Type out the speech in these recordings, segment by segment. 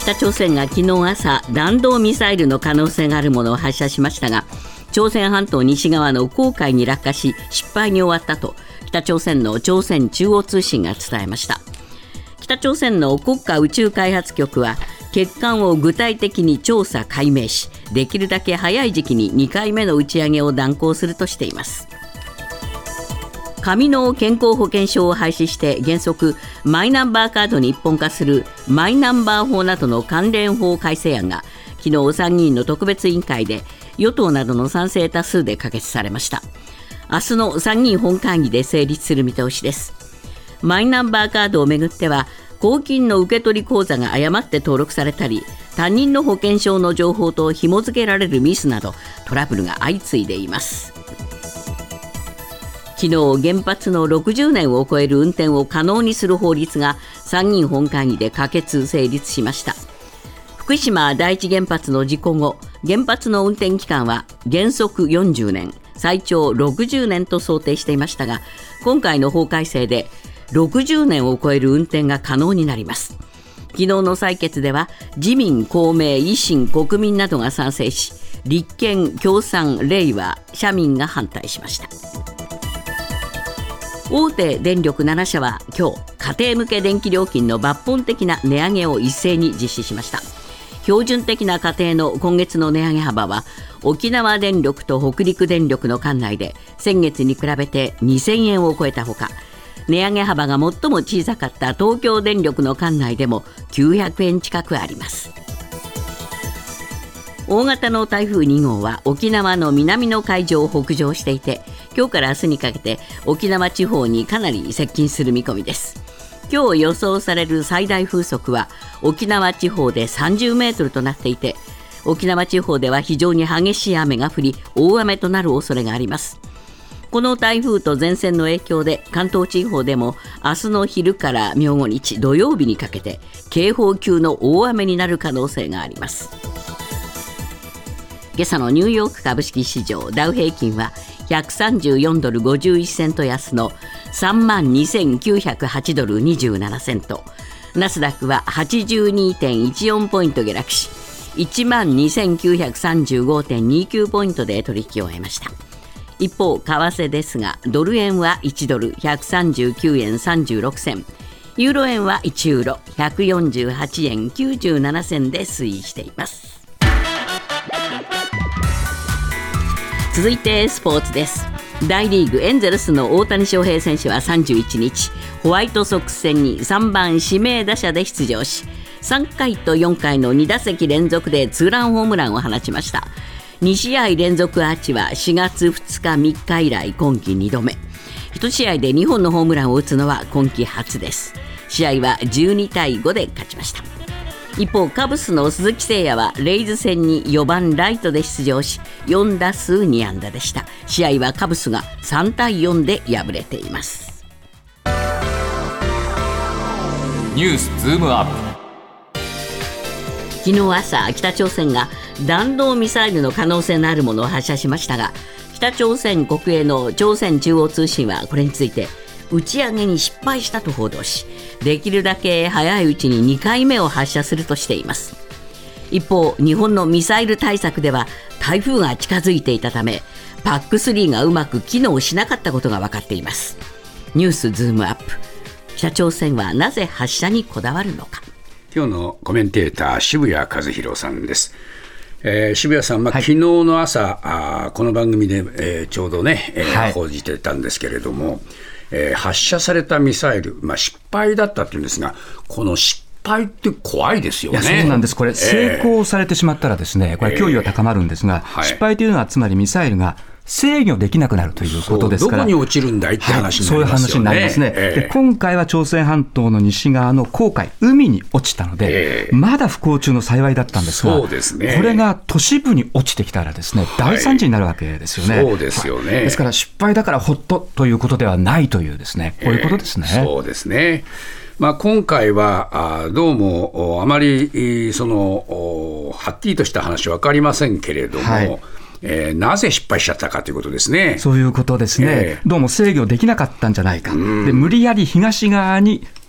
北朝鮮が昨日朝弾道ミサイルの可能性があるものを発射しましたが、朝鮮半島西側の黄海に落下し失敗に終わったと北朝鮮の朝鮮中央通信が伝えました。北朝鮮の国家宇宙開発局は欠陥を具体的に調査解明し、できるだけ早い時期に2回目の打ち上げを断行するとしています。紙の健康保険証を廃止して原則マイナンバーカードに一本化するマイナンバー法などの関連法改正案が昨日参議院の特別委員会で与党などの賛成多数で可決されました。明日の参議院本会議で成立する見通しです。マイナンバーカードをめぐっては公金の受け取り口座が誤って登録されたり、他人の保険証の情報と紐付けられるミスなどトラブルが相次いでいます。昨日原発の60年を超える運転を可能にする法律が参議院本会議で可決成立しました。福島第一原発の事故後、原発の運転期間は原則40年、最長60年と想定していましたが、今回の法改正で60年を超える運転が可能になります。昨日の採決では自民、公明、維新、国民などが賛成し、立憲、共産、れいわ、社民が反対しました。大手電力7社は今日、家庭向け電気料金の抜本的な値上げを一斉に実施しました。標準的な家庭の今月の値上げ幅は沖縄電力と北陸電力の管内で先月に比べて2000円を超えたほか、値上げ幅が最も小さかった東京電力の管内でも900円近くあります。大型の台風2号は沖縄の南の海上を北上していて、今日から明日にかけて沖縄地方にかなり接近する見込みです。今日予想される最大風速は沖縄地方で30メートルとなっていて、沖縄地方では非常に激しい雨が降り大雨となる恐れがあります。この台風と前線の影響で関東地方でも明日の昼から明後日土曜日にかけて警報級の大雨になる可能性があります。今朝のニューヨーク株式市場ダウ平均は134ドル51セント安の32,908ドル27セント、ナスダックは 82.14 ポイント下落し 12,935.29 ポイントで取引を終えました。一方、為替ですがドル円は1ドル139円36銭、ユーロ円は1ユーロ148円97銭で推移しています。続いてスポーツです。大リーグエンゼルスの大谷翔平選手は31日ホワイトソックス戦に3番指名打者で出場し、3回と4回の2打席連続でツーランホームランを放ちました。2試合連続アーチは4月2日3日以来今季2度目、1試合で2本のホームランを打つのは今季初です。試合は12対5で勝ちました。一方、カブスの鈴木誠也はレイズ戦に4番ライトで出場し4打数2安打でした。試合はカブスが3対4で敗れています。 ニュースズームアップ。 昨日朝、北朝鮮が弾道ミサイルの可能性のあるものを発射しましたが、北朝鮮国営の朝鮮中央通信はこれについて打ち上げに失敗したと報道し、できるだけ早いうちに2回目を発射するとしています。一方、日本のミサイル対策では台風が近づいていたため PAC3 がうまく機能しなかったことが分かっています。ニュースズームアップ。北朝鮮はなぜ発射にこだわるのか。 今日のコメンテーター渋谷和弘さんです。渋谷さん、昨日の朝この番組で、ちょうどね、報じてたんですけれども、発射されたミサイル、失敗だったっていうんですが、この失敗って怖いですよね。 いや、そうなんです。これ成功されてしまったらですね、これ脅威は高まるんですが、失敗というのはつまりミサイルが制御できなくなるということですから、 どこに落ちるんだいって話になりますよね。そういう話になりますね。で、今回は朝鮮半島の西側の黄海、海に落ちたので、まだ不幸中の幸いだったんですが、 そうですね、 これが都市部に落ちてきたらですね、大惨事になるわけですよね。 そうですよね。 ですから失敗だからほっとということではないというですね、こういうことですね。 そうですね。今回はどうもあまりはっきりとした話は分かりませんけれども、なぜ失敗しちゃったかということですね。 そういうことですね。どうも制御できなかったんじゃないか。で、無理やり東側に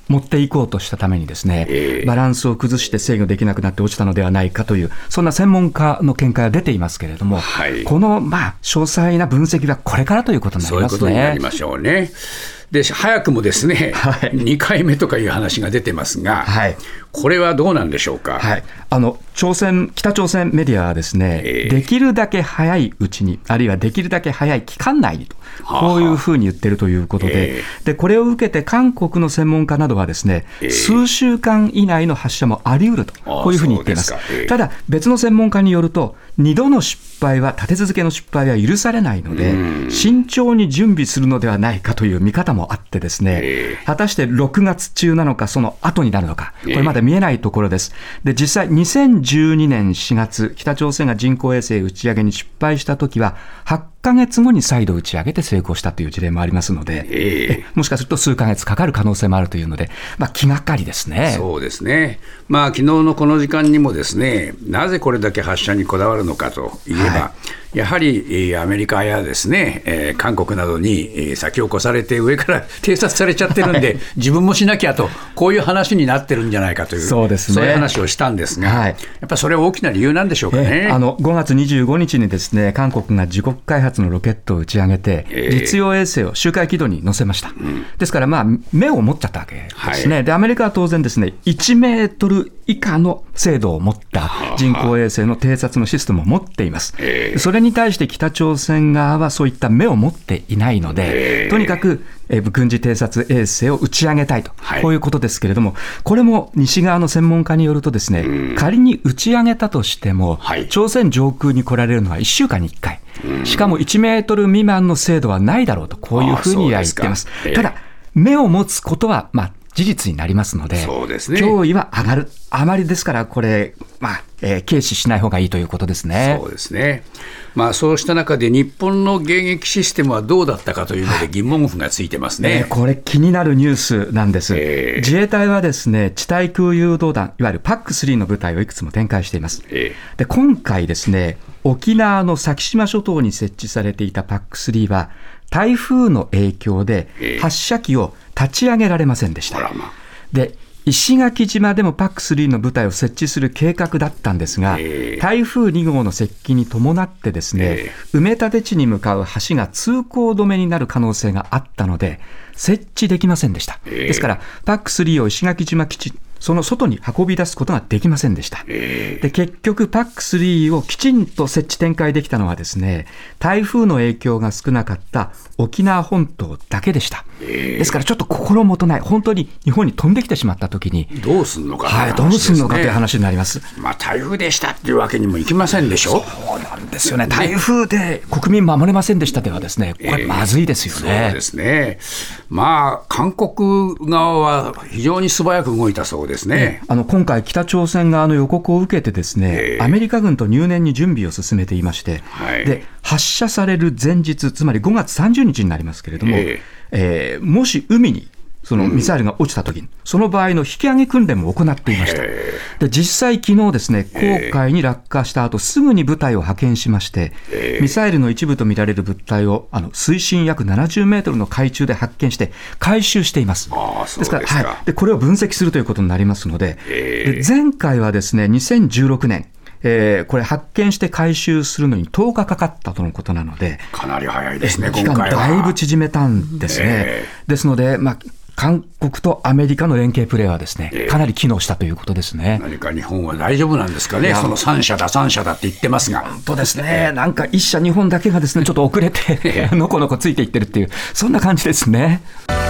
持っていこうとしたためにですね、バランスを崩して制御できなくなって落ちたのではないかという、そんな専門家の見解が出ていますけれども、この詳細な分析はこれからということになりますね。 そういうことになりましょうね。で早くもですね、2回目とかいう話が出てますが、これはどうなんでしょうか。 北朝鮮メディアはですね、できるだけ早いうちに、あるいはできるだけ早い期間内にと、こういうふうに言っているということで、これを受けて韓国の専門家などはですね、数週間以内の発射もあり得ると、こういうふうに言っています。ただ別の専門家によると、2度の失敗は、立て続けの失敗は許されないので、慎重に準備するのではないかという見方もあってですね、果たして6月中なのかその後になるのか、これまだ見えないところです。で実際2012年4月、北朝鮮が人工衛星打ち上げに失敗したときは8ヶ月後に再度打ち上げて成功したという事例もありますので、もしかすると数ヶ月かかる可能性もあるというので、気がかりですね。 そうですね。昨日のこの時間にもですね、なぜこれだけ発射にこだわるのかといえば、やはりアメリカやですね、韓国などに先を越されて上から偵察されちゃってるんで、自分もしなきゃと、こういう話になってるんじゃないかという、そういう話をしたんですが、やっぱりそれは大きな理由なんでしょうかね。 5月25日にですね、韓国が自国開発のロケットを打ち上げて、実用衛星を周回軌道に乗せました。ですから目を持っちゃったわけですね。でアメリカは当然ですね、1メートル以下の精度を持った人工衛星の偵察のシステムを持っています。それに対して北朝鮮側はそういった目を持っていないので、とにかく軍事偵察衛星を打ち上げたいと、こういうことですけれども、これも西側の専門家によるとですね、仮に打ち上げたとしても、朝鮮上空に来られるのは1週間に1回、しかも1メートル未満の精度はないだろうと、こういうふうには言っています。ただ目を持つことは事実になりますので、脅威は上がる。あまりですからこれ、軽視しない方がいいということですね。 そうですね。そうした中で日本の迎撃システムはどうだったかというので疑問符がついてますね。 これ気になるニュースなんです。自衛隊はですね、地対空誘導弾、いわゆる PAC3 の部隊をいくつも展開しています。で今回ですね、沖縄の先島諸島に設置されていた PAC3 は台風の影響で発射機を立ち上げられませんでした。で石垣島でも PAC3 の部隊を設置する計画だったんですが、台風2号の接近に伴ってですね、埋め立て地に向かう橋が通行止めになる可能性があったので設置できませんでした。ですから PAC3 を石垣島基地、その外に運び出すことができませんでした。で結局 PAC3 をきちんと設置展開できたのはですね、台風の影響が少なかった沖縄本島だけでした。ですからちょっと心もとない、本当に日本に飛んできてしまったときにどうすんのか、 どうすんのかという話になります。 台風でしたっていうわけにもいきませんでしょ。 そうなんですよね。台風で国民守れませんでしたではですね、これまずいですよね。 そうですね。韓国側は非常に素早く動いたそうですね。 今回北朝鮮側の予告を受けてですね、アメリカ軍と入念に準備を進めていまして、で発射される前日、つまり5月30日になりますけれども、もし海にそのミサイルが落ちたときに、その場合の引き上げ訓練も行っていました。で実際昨日ですね、黄海に落下した後すぐに部隊を派遣しまして、ミサイルの一部とみられる物体を水深約70メートルの海中で発見して回収しています。ですから、でこれを分析するということになりますので、で前回はですね2016年これ発見して回収するのに10日かかったとのことなので、 かなり早いですね。 期間だいぶ縮めたんですね。ですので韓国とアメリカの連携プレーはですね、かなり機能したということですね。 何か日本は大丈夫なんですかね。その3社だって言ってますが、 本当ですね。なんか1社日本だけがですねちょっと遅れてのこのこついていってるっていう、そんな感じですね。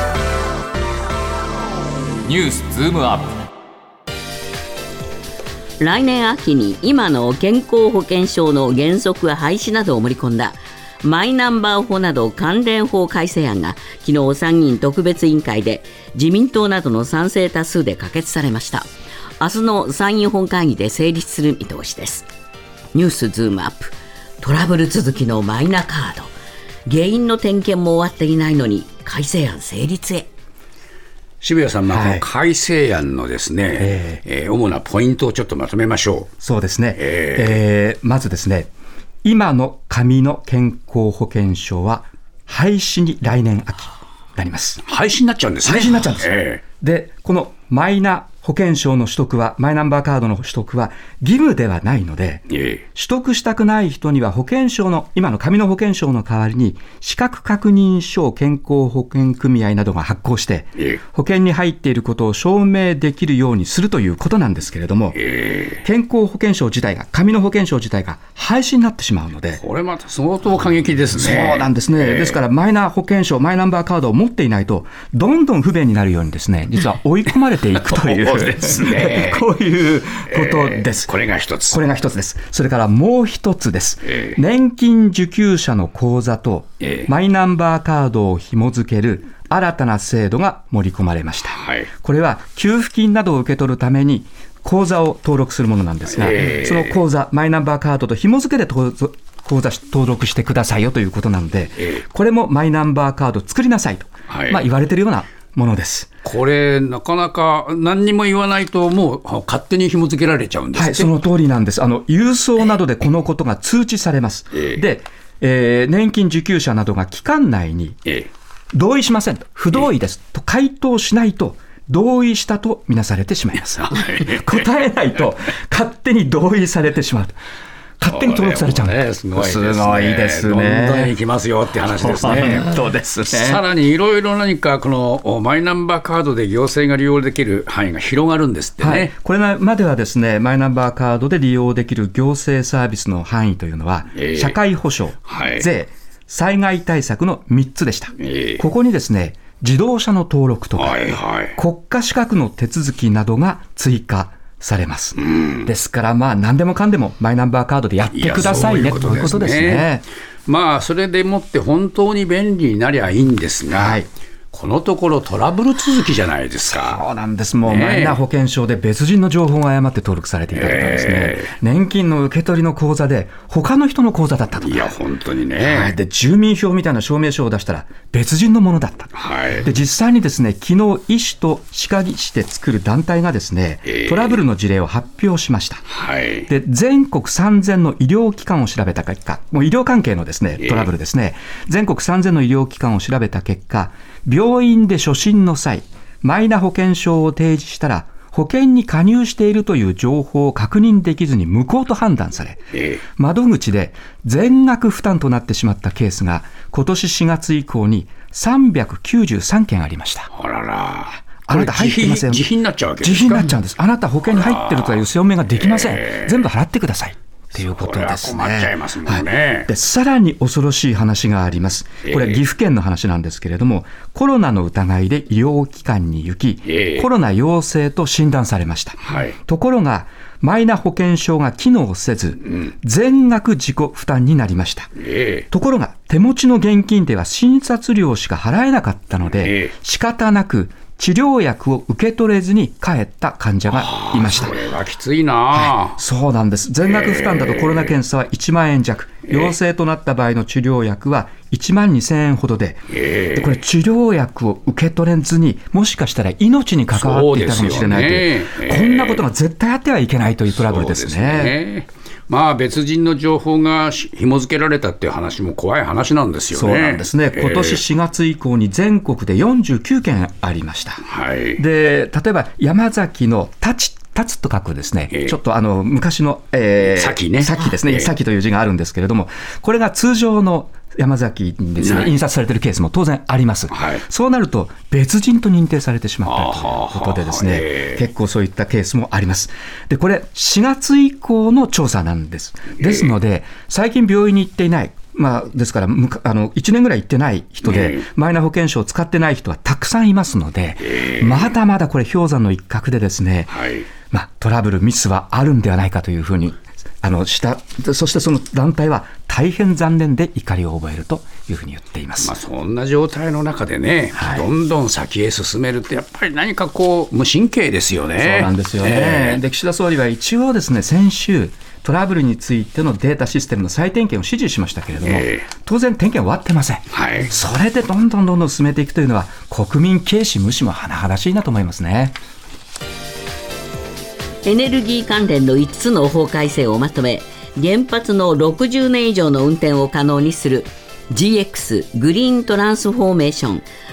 ニュースズームアップ。 来年秋に今の健康保険証の原則廃止などを盛り込んだマイナンバー法など関連法改正案が昨日参議院特別委員会で自民党などの賛成多数で可決されました。明日の参院本会議で成立する見通しです。ニュースズームアップ。トラブル続きのマイナカード、原因の点検も終わっていないのに改正案成立へ。 渋谷さん、この改正案のですね、主なポイントをちょっとまとめましょう。 そうですね、まずですね、今の紙の健康保険証は廃止に来年秋、 なります。 廃止になっちゃうんですね。 廃止になっちゃうんです。で、このマイナ保険証の取得は、マイナンバーカードの取得は義務ではないので、取得したくない人には保険証の、今の紙の保険証の代わりに、資格確認書を健康保険組合などが発行して、保険に入っていることを証明できるようにするということなんですけれども、健康保険証自体が、紙の保険証自体が廃止になってしまうので、 これまた相当過激ですね。 そうなんですね。ですから、マイナ保険証、マイナンバーカードを持っていないと、どんどん不便になるようにですね、実は追い込まれていくという。 ですね、 こういうことです。 これが一つ。 これが一つです。それからもう一つです。年金受給者の口座とマイナンバーカードを紐付ける新たな制度が盛り込まれました。これは給付金などを受け取るために口座を登録するものなんですが、その口座、マイナンバーカードと紐付けて口座登録してくださいよということなので、これもマイナンバーカード作りなさいと、言われているようなものです。 これなかなか何にも言わないともう勝手に紐付けられちゃうんですね。 その通りなんです。郵送などでこのことが通知されます。で、年金受給者などが期間内に同意しませんと、不同意ですと回答しないと同意したとみなされてしまいます。答えないと勝手に同意されてしまう。勝手に登録されちゃうんです。 すごいですね。どんどん行きますよって話ですね。 そうですね。 さらにいろいろ何かこのマイナンバーカードで行政が利用できる範囲が広がるんですってね。 これまではですね、マイナンバーカードで利用できる行政サービスの範囲というのは、社会保障、税、災害対策の3つでした。ここにですね、自動車の登録とか、国家資格の手続きなどが追加されます。ですから何でもかんでもマイナンバーカードでやってくださいねということですね。 それでもって本当に便利になりゃいいんですが、このところトラブル続きじゃないですか。 そうなんです。もうマイナ保険証で別人の情報が誤って登録されていたとかですね、年金の受け取りの口座で他の人の口座だったとか。 いや本当にね。 で住民票みたいな証明書を出したら別人のものだったと。で実際にですね、昨日医師と歯科医師で作る団体がですね、トラブルの事例を発表しました。で全国3000の医療機関を調べた結果、もう医療関係のですねトラブルですね、全国3000の医療機関を調べた結果、病院で初診の際、マイナ保険証を提示したら保険に加入しているという情報を確認できずに無効と判断され、窓口で全額負担となってしまったケースが今年4月以降に393件ありました。あなた入ってません。 自費になっちゃうわけですか。 自費になっちゃうんです。あなた保険に入ってるという証明ができません。全部払ってくださいということですね。 困っちゃいますもんね。 でさらに恐ろしい話があります。これは岐阜県の話なんですけれども、コロナの疑いで医療機関に行き、コロナ陽性と診断されました。ところがマイナ保険証が機能せず、全額自己負担になりました。ところが手持ちの現金では診察料しか払えなかったので、仕方なく治療薬を受け取れずに帰った患者がいました。 これはきついな。 そうなんです。全額負担だとコロナ検査は1万円弱、陽性となった場合の治療薬は1万2000円ほどで、これ治療薬を受け取れずにもしかしたら命に関わっていたかもしれないという、こんなことが絶対あってはいけないというトラブルですね。 別人の情報が紐付けられたっていう話も怖い話なんですよね。 そうなんですね。今年4月以降に全国で49件ありました。で例えば山崎の立つと書くですね、ちょっと昔の、 先ね、 先ですね、先という字があるんですけれども、これが通常の山崎にですね、印刷されているケースも当然あります。そうなると別人と認定されてしまったということでですね、結構そういったケースもあります。でこれ4月以降の調査なんです。ですので最近病院に行っていない、ですから1年ぐらい行ってない人で、マイナ保険証を使ってない人はたくさんいますので、まだまだこれ氷山の一角でですね、トラブルミスはあるんではないかというふうにそしてその団体は大変残念で怒りを覚えるというふうに言っています。 そんな状態の中でね、どんどん先へ進めるってやっぱり何か無神経ですよね。 そうなんですよね。で岸田総理は一応ですね、先週トラブルについてのデータシステムの再点検を指示しましたけれども、当然点検終わってません。それでどんどん進めていくというのは国民軽視無視も甚だしいなと思いますね。 エネルギー関連の5つの法改正をまとめ、原発の60年以上の運転を可能にする GX グリーントランスフォーメーション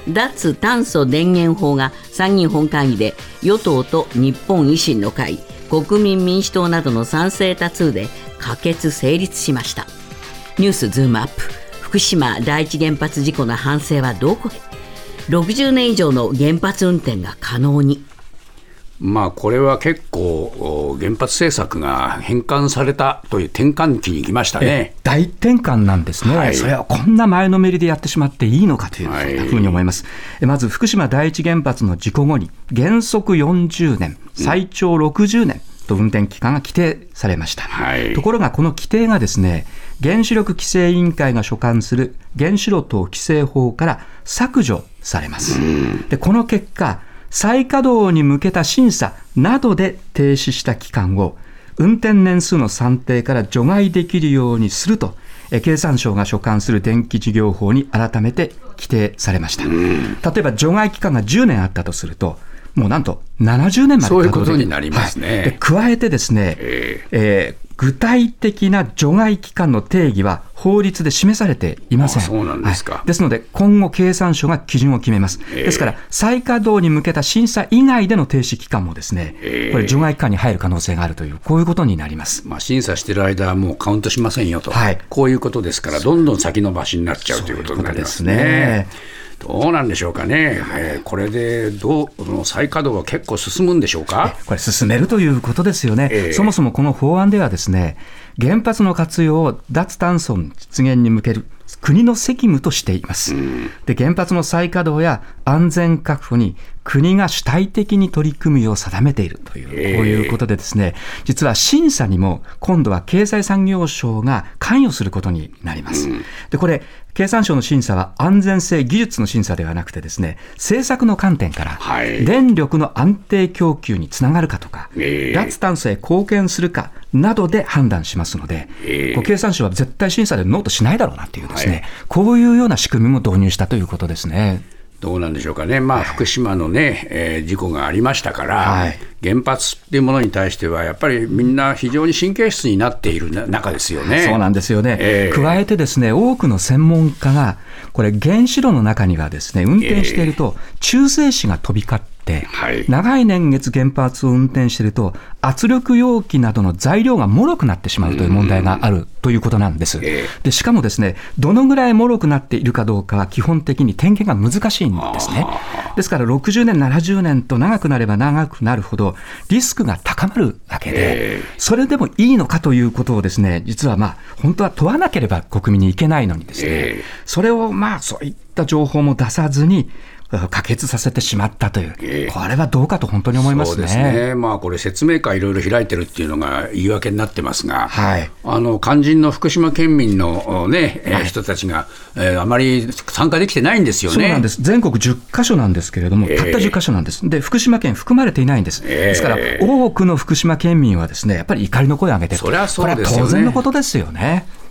脱炭素電源法が参議院本会議で与党と日本維新の会、国民民主党などの賛成多数で可決成立しました。ニュースズームアップ。福島第一原発事故の反省はどこへ。60年以上の原発運転が可能に。 これは結構原発政策が変換されたという転換期に来ましたね。 大転換なんですね、それはこんな前のめりでやってしまっていいのかというふうに思います。まず福島第一原発の事故後に原則40年最長60年と運転期間が規定されました。ところがこの規定がですね、原子力規制委員会が所管する原子炉等規制法から削除されます。でこの結果、再稼働に向けた審査などで停止した期間を運転年数の算定から除外できるようにすると、経産省が所管する電気事業法に改めて規定されました。例えば除外期間が10年あったとすると、もうなんと70年までそういうことになりますね。 で加えてですね、具体的な除外期間の定義は法律で示されていません。 そうなんですか。 ですので今後経産省が基準を決めます。ですから再稼働に向けた審査以外での停止期間もですね、これ除外期間に入る可能性があるという、こういうことになります。 審査している間はもうカウントしませんよと、こういうことですから、どんどん先延ばしになっちゃうということになりますね。どうなんでしょうかね。これで再稼働は結構進むんでしょうか。 これ進めるということですよね。そもそもこの法案ではですね、原発の活用を脱炭素の実現に向ける国の責務としています。で原発の再稼働や安全確保に国が主体的に取り組むよう定めているという、こういうことでですね、実は審査にも今度は経済産業省が関与することになります。でこれ経産省の審査は安全性技術の審査ではなくてですね、政策の観点から電力の安定供給につながるかとか、脱炭素へ貢献するかなどで判断しますので、経産省は絶対審査でノーとしないだろうなというですね、こういうような仕組みも導入したということですね。 どうなんでしょうかね。福島のね、事故がありましたから、原発っていうものに対してはやっぱりみんな非常に神経質になっている中ですよね。 そうなんですよね。加えてですね、多くの専門家がこれ原子炉の中にはですね、運転していると中性子が飛び交って、長い年月原発を運転していると圧力容器などの材料が脆くなってしまうという問題があるということなんです。でしかもですね、どのぐらい脆くなっているかどうかは基本的に点検が難しいんですね。ですから60年70年と長くなれば長くなるほどリスクが高まるわけで、それでもいいのかということをですね、実は本当は問わなければ国民にいけないのにですね、それをそういった情報も出さずに可決させてしまったという、これはどうかと本当に思いますね。 そうですね。これ説明会いろいろ開いてるっていうのが言い訳になってますが、肝心の福島県民の、人たちが、あまり参加できてないんですよね。 そうなんです。全国10カ所なんですけれども、たった10カ所なんです。で福島県含まれていないんです。ですから多くの福島県民はですね、やっぱり怒りの声を上げている。 それはそうですよね。 これは当然のことですよね。